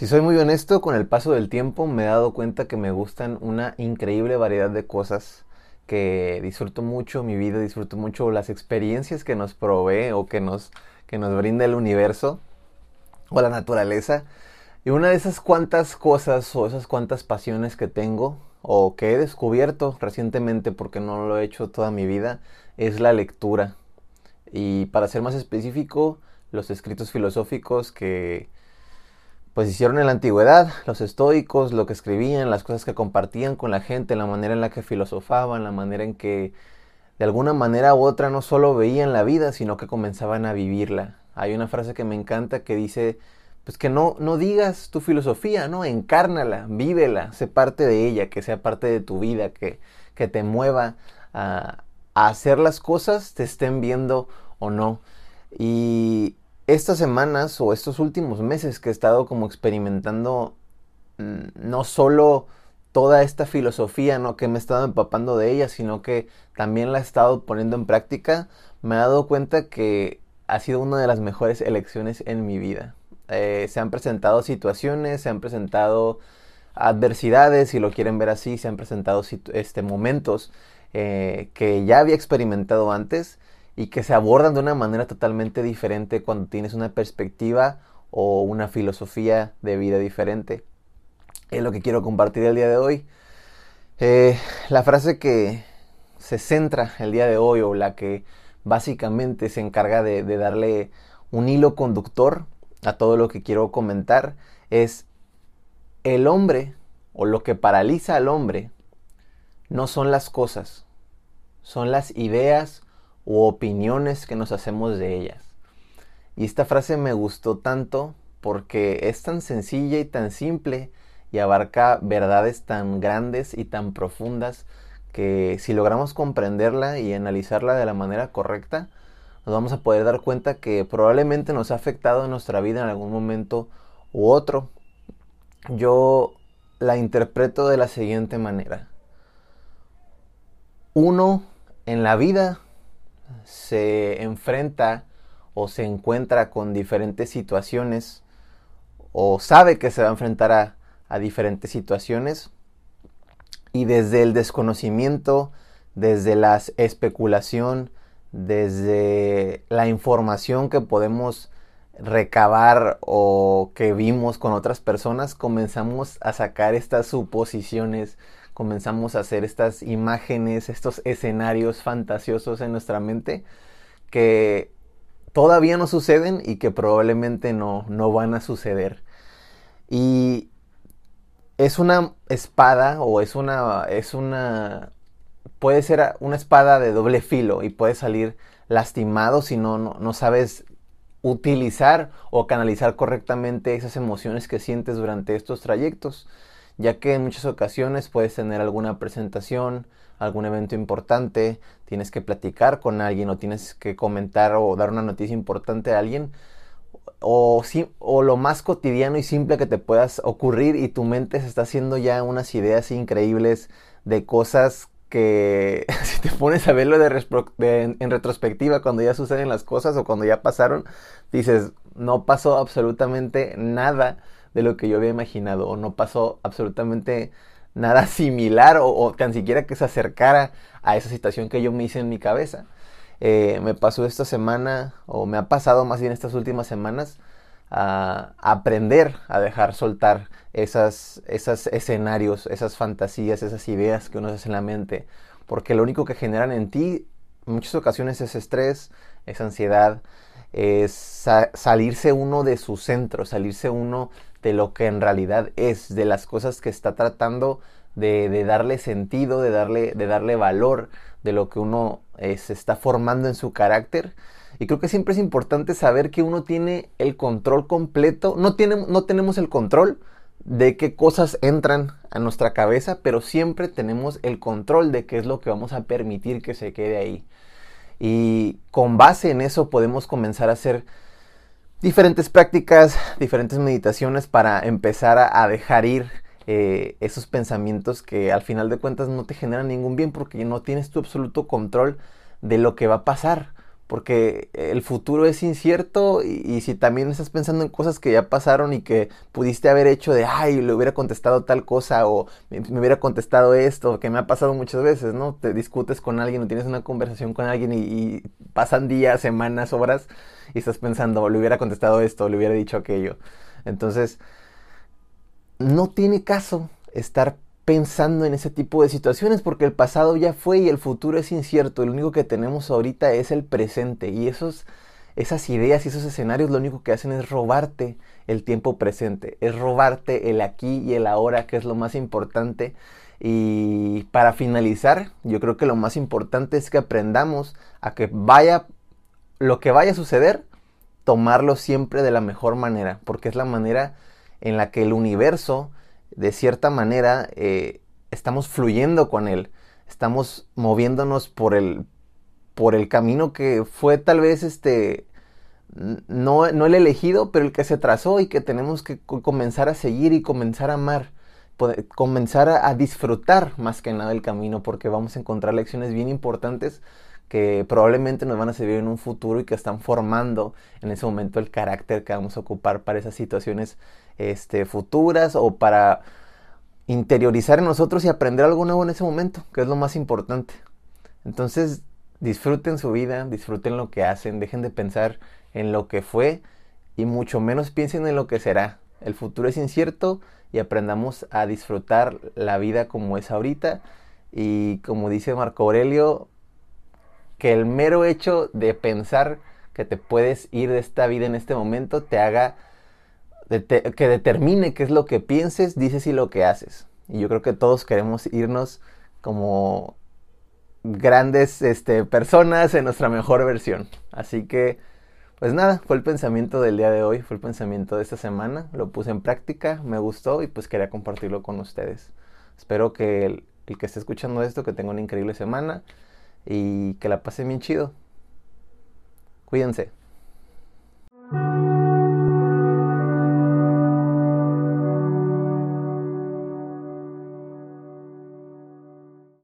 soy muy honesto, con el paso del tiempo me he dado cuenta que me gustan una increíble variedad de cosas, que disfruto mucho mi vida, disfruto mucho las experiencias que nos provee o que nos brinda el universo o la naturaleza. Y una de esas cuantas cosas o esas cuantas pasiones que tengo o que he descubierto recientemente porque no lo he hecho toda mi vida es la lectura. Y para ser más específico, los escritos filosóficos que pues hicieron en la antigüedad, los estoicos, lo que escribían, las cosas que compartían con la gente, la manera en la que filosofaban, la manera en que de alguna manera u otra no solo veían la vida, sino que comenzaban a vivirla. Hay una frase que me encanta que dice, pues que no digas tu filosofía, ¿no? Encárnala, vívela, sé parte de ella, que sea parte de tu vida, que te mueva a hacer las cosas, te estén viendo o no. Y estas semanas o estos últimos meses que he estado como experimentando no solo toda esta filosofía, ¿no? Que me he estado empapando de ella, sino que también la he estado poniendo en práctica, me he dado cuenta que ha sido una de las mejores elecciones en mi vida. Se han presentado situaciones, se han presentado adversidades, si lo quieren ver así, se han presentado momentos que ya había experimentado antes y que se abordan de una manera totalmente diferente cuando tienes una perspectiva o una filosofía de vida diferente. Es lo que quiero compartir el día de hoy. La frase que se centra el día de hoy o la que básicamente se encarga de darle un hilo conductor a todo lo que quiero comentar es: el hombre o lo que paraliza al hombre no son las cosas, son las ideas u opiniones que nos hacemos de ellas. Y esta frase me gustó tanto porque es tan sencilla y tan simple y abarca verdades tan grandes y tan profundas que si logramos comprenderla y analizarla de la manera correcta, nos vamos a poder dar cuenta que probablemente nos ha afectado en nuestra vida en algún momento u otro. Yo la interpreto de la siguiente manera. Uno en la vida se enfrenta o se encuentra con diferentes situaciones o sabe que se va a enfrentar a diferentes situaciones, y desde el desconocimiento, desde la especulación, desde la información que podemos recabar o que vimos con otras personas, comenzamos a sacar estas suposiciones, comenzamos a hacer estas imágenes, estos escenarios fantasiosos en nuestra mente que todavía no suceden y que probablemente no van a suceder. Y es una espada o puede ser una espada de doble filo y puede salir lastimado si no sabes utilizar o canalizar correctamente esas emociones que sientes durante estos trayectos, ya que en muchas ocasiones puedes tener alguna presentación, algún evento importante, tienes que platicar con alguien o tienes que comentar o dar una noticia importante a alguien, o lo más cotidiano y simple que te puedas ocurrir, y tu mente se está haciendo ya unas ideas increíbles de cosas que si te pones a verlo en retrospectiva, cuando ya suceden las cosas o cuando ya pasaron, dices, no pasó absolutamente nada de lo que yo había imaginado, o no pasó absolutamente nada similar o tan siquiera que se acercara a esa situación que yo me hice en mi cabeza. Me pasó esta semana, o me ha pasado más bien estas últimas semanas, a aprender a dejar soltar esos escenarios, esas fantasías, esas ideas que uno hace en la mente, porque lo único que generan en ti en muchas ocasiones es estrés, es ansiedad, es salirse uno de su centro, salirse uno de lo que en realidad es, de las cosas que está tratando de darle sentido, de darle valor, de lo que uno se está formando en su carácter. Y creo que siempre es importante saber que uno tiene el control completo. No tenemos el control de qué cosas entran a nuestra cabeza, pero siempre tenemos el control de qué es lo que vamos a permitir que se quede ahí. Y con base en eso podemos comenzar a hacer diferentes prácticas, diferentes meditaciones para empezar a dejar ir esos pensamientos que al final de cuentas no te generan ningún bien, porque no tienes tu absoluto control de lo que va a pasar. porque el futuro es incierto y si también estás pensando en cosas que ya pasaron y que pudiste haber hecho de, ay, le hubiera contestado tal cosa o me hubiera contestado esto, que me ha pasado muchas veces, ¿no? Te discutes con alguien o tienes una conversación con alguien y pasan días, semanas, horas y estás pensando, le hubiera contestado esto, le hubiera dicho aquello. Entonces, no tiene caso estar pensando en ese tipo de situaciones porque el pasado ya fue y el futuro es incierto. Lo único que tenemos ahorita es el presente y esas ideas y esos escenarios lo único que hacen es robarte el tiempo presente, es robarte el aquí y el ahora, que es lo más importante. Y para finalizar, yo creo que lo más importante es que aprendamos a que vaya lo que vaya a suceder, tomarlo siempre de la mejor manera, porque es la manera en la que el universo, de cierta manera, estamos fluyendo con él, estamos moviéndonos por el camino que fue tal vez no el elegido, pero el que se trazó y que tenemos que comenzar a seguir y comenzar a amar, comenzar a disfrutar más que nada el camino, porque vamos a encontrar lecciones bien importantes que probablemente nos van a servir en un futuro y que están formando en ese momento el carácter que vamos a ocupar para esas situaciones futuras o para interiorizar en nosotros y aprender algo nuevo en ese momento, que es lo más importante. Entonces, disfruten su vida, disfruten lo que hacen, dejen de pensar en lo que fue y mucho menos piensen en lo que será. El futuro es incierto y aprendamos a disfrutar la vida como es ahorita y como dice Marco Aurelio, que el mero hecho de pensar que te puedes ir de esta vida en este momento te haga que determine qué es lo que pienses, dices y lo que haces. Y yo creo que todos queremos irnos como grandes personas en nuestra mejor versión. Así que, pues nada, fue el pensamiento del día de hoy, fue el pensamiento de esta semana. Lo puse en práctica, me gustó y pues quería compartirlo con ustedes. Espero que el que esté escuchando esto, que tenga una increíble semana y que la pasen bien chido. Cuídense.